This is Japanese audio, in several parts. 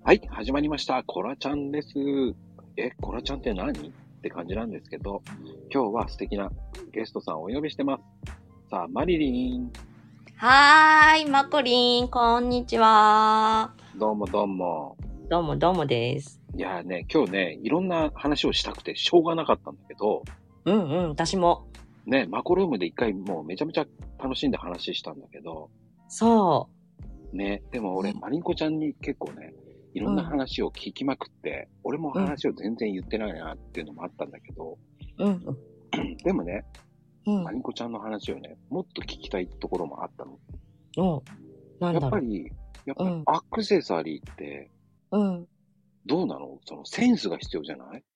はい、始まりました。コラちゃんです。コラちゃんって何って感じなんですけど、今日は素敵なゲストさんをお呼びしてます。さあ、マリリン。 はーい、マコリン、こんにちは。 どうもどうも。 どうもどうもです。 いやね、今日ね、いろんな話をしたくてしょうがなかったんだけど、 私も。 ね、マコルームで一回もうめちゃめちゃ楽しんで話したんだけど、 そね、でもう。 俺、マリンコちゃんに結構ね、いろんなうん、 話を聞きまくって、俺もうん、 話を全然言ってないなっていうのもあったんだけど、 うん、 でもね、 うん、 マリンコちゃんの話をね、もっと聞きたいところもあったの。 うん、なんやっだろぱり、やっう。うん、 ぱりアクセサリーってうん、 どうなの？そのセンスが必要じゃない？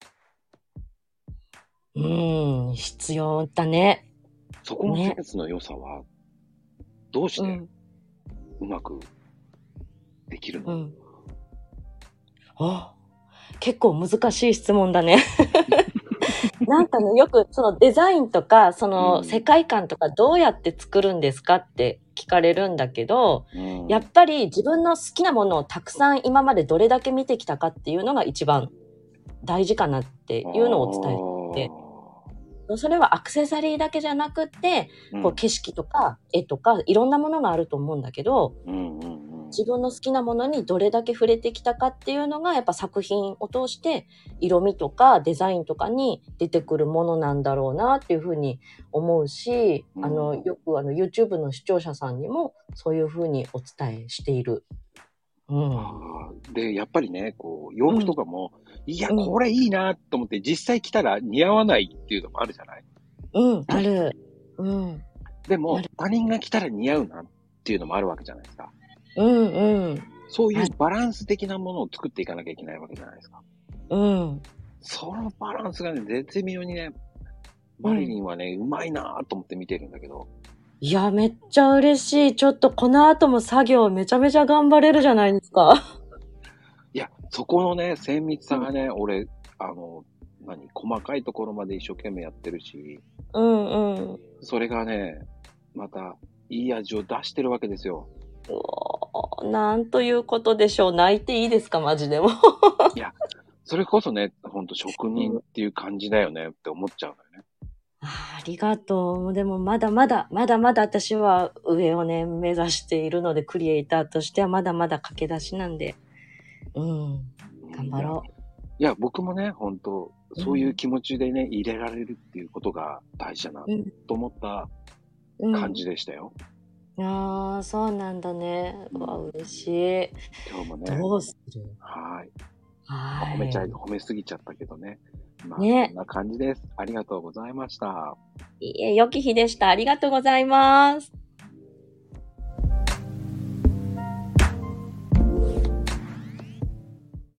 必要だね。 そこのセね。 ンスの良さはどうしてうん、 うまくできるの？ うん。結構難しい質問だね。なんかね、よくそのデザインとか、その世うん。 界観とかどうやって作るんですかって聞かれるんだけど、 うん。 やっぱり自分の好きなものをたくさん今までどれだけ見てきたかっていうのが一番大事かなってあいうのをお伝えして、 あ。 それはアクセサリーだけじゃなくって、 うん。 こう景色とか絵とかいろんなものがあると思うんだけど、 うんうんうん。 自分の好きなものにどれだけ触れてきたかっていうのがやっぱ作品を通して色味とかデザインとかに出てくるものなんだろうなっていうふうに思うし、 うん。 よくYouTube の視聴者さんにもそういうふうにお伝えしている。うん。 ああ。で、やっぱりね、こう、洋うん。 服とかも、いや、 うん。 これいいなと思って実際着たら似合わないっていうのもあるじゃない？ うん。ある。うん。 でも、 ある。 他人が着たら似合うなっていうのもあるわけじゃないですか。 うんうん。 そういある。 うバランス的なものを作っていかなきゃいけないわけじゃないですか。 うん。 そのバランスがね、絶妙にね、マリうん。 リンはね、うまいなぁと思って見てるんだけど。 いや、めっちゃ嬉しい。ちょっとこの後も作業めちゃめちゃ頑張れるじゃないですか。 いや、そこのね、精密うんさがね、俺、細かいところまで一生懸命やってるし、 うんうん。 それがね、また、いい味を出してるわけですよ。 うおー、なんということでしょう。泣いていいですか、マジでも。 いや、それこそね、ほんと職人っていう感じだよねって思っちゃうんだよね。 ありがとう。でもまだまだ、まだまだ私は上をね、目指しているので、クリエイターとしてはまだまだ駆け出しなんで。うん。 うん、 頑張ろ僕もね、ほんと、 う。うそういうん。 気持ちでね、入れられるっていうことが大事だなうん。 と思った感うん。 じでしたよ。 ああ、そうなんだね。うわ、 うん。 嬉しい。 今日もね、 どうする？ はい。 はい。 褒めすぎちゃったけどね。まあ、そんね。 な感じです。ありがとうございました。 いえ、良き日でした。ありがとうございます。